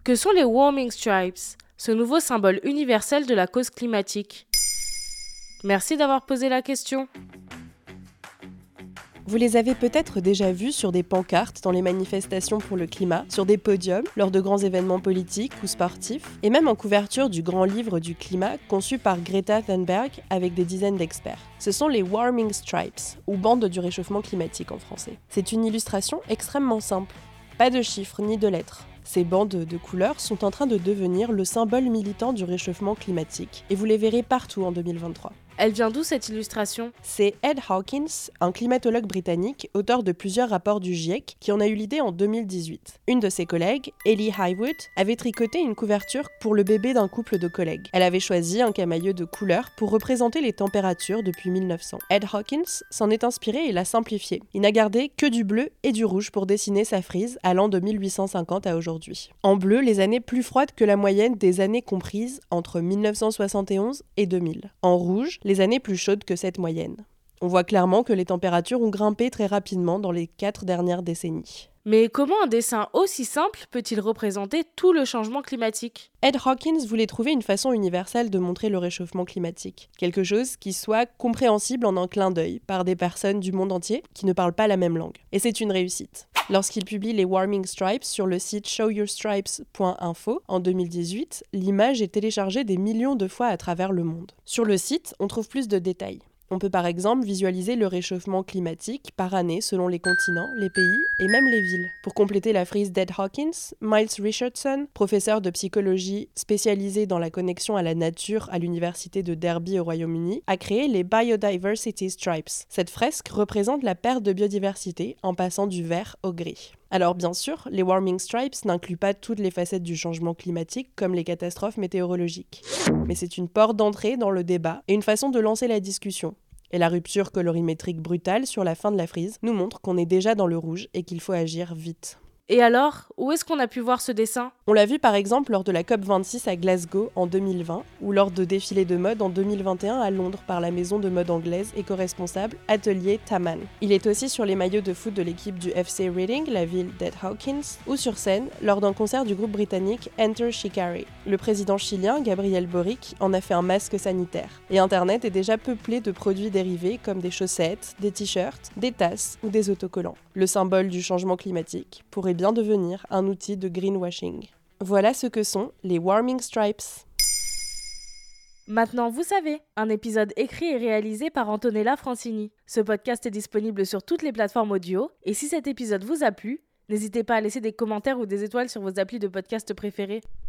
Que sont les Warming Stripes, ce nouveau symbole universel de la cause climatique? Merci d'avoir posé la question. Vous les avez peut-être déjà vus sur des pancartes dans les manifestations pour le climat, sur des podiums, lors de grands événements politiques ou sportifs, et même en couverture du grand livre du climat conçu par Greta Thunberg avec des dizaines d'experts. Ce sont les Warming Stripes, ou bandes du réchauffement climatique en français. C'est une illustration extrêmement simple. Pas de chiffres ni de lettres. Ces bandes de couleurs sont en train de devenir le symbole militant du réchauffement climatique, et vous les verrez partout en 2023. Elle vient d'où cette illustration? C'est Ed Hawkins, un climatologue britannique, auteur de plusieurs rapports du GIEC, qui en a eu l'idée en 2018. Une de ses collègues, Ellie Highwood, avait tricoté une couverture pour le bébé d'un couple de collègues. Elle avait choisi un camailleux de couleurs pour représenter les températures depuis 1900. Ed Hawkins s'en est inspiré et l'a simplifié. Il n'a gardé que du bleu et du rouge pour dessiner sa frise allant de 1850 à aujourd'hui. En bleu, les années plus froides que la moyenne des années comprises entre 1971 et 2000. En rouge, les années plus chaudes que cette moyenne. On voit clairement que les températures ont grimpé très rapidement dans les 4 dernières décennies. Mais comment un dessin aussi simple peut-il représenter tout le changement climatique? Ed Hawkins voulait trouver une façon universelle de montrer le réchauffement climatique. Quelque chose qui soit compréhensible en un clin d'œil par des personnes du monde entier qui ne parlent pas la même langue. Et c'est une réussite. Lorsqu'il publie les Warming Stripes sur le site showyourstripes.info en 2018, l'image est téléchargée des millions de fois à travers le monde. Sur le site, on trouve plus de détails. On peut par exemple visualiser le réchauffement climatique par année selon les continents, les pays et même les villes. Pour compléter la frise d'Ed Hawkins, Miles Richardson, professeur de psychologie spécialisé dans la connexion à la nature à l'université de Derby au Royaume-Uni, a créé les Biodiversity Stripes. Cette fresque représente la perte de biodiversité en passant du vert au gris. Alors bien sûr, les Warming Stripes n'incluent pas toutes les facettes du changement climatique comme les catastrophes météorologiques. Mais c'est une porte d'entrée dans le débat et une façon de lancer la discussion. Et la rupture colorimétrique brutale sur la fin de la frise nous montre qu'on est déjà dans le rouge et qu'il faut agir vite. Et alors, où est-ce qu'on a pu voir ce dessin? On l'a vu par exemple lors de la COP26 à Glasgow en 2020 ou lors de défilés de mode en 2021 à Londres par la maison de mode anglaise éco-responsable Atelier Taman. Il est aussi sur les maillots de foot de l'équipe du FC Reading, la ville d'Ed Hawkins, ou sur scène lors d'un concert du groupe britannique Enter Shikari. Le président chilien Gabriel Boric en a fait un masque sanitaire. Et Internet est déjà peuplé de produits dérivés comme des chaussettes, des t-shirts, des tasses ou des autocollants. Le symbole du changement climatique pourrait bien devenir un outil de greenwashing. Voilà ce que sont les Warming Stripes. Maintenant, vous savez, un épisode écrit et réalisé par Antonella Francini. Ce podcast est disponible sur toutes les plateformes audio, et si cet épisode vous a plu, n'hésitez pas à laisser des commentaires ou des étoiles sur vos applis de podcast préférés.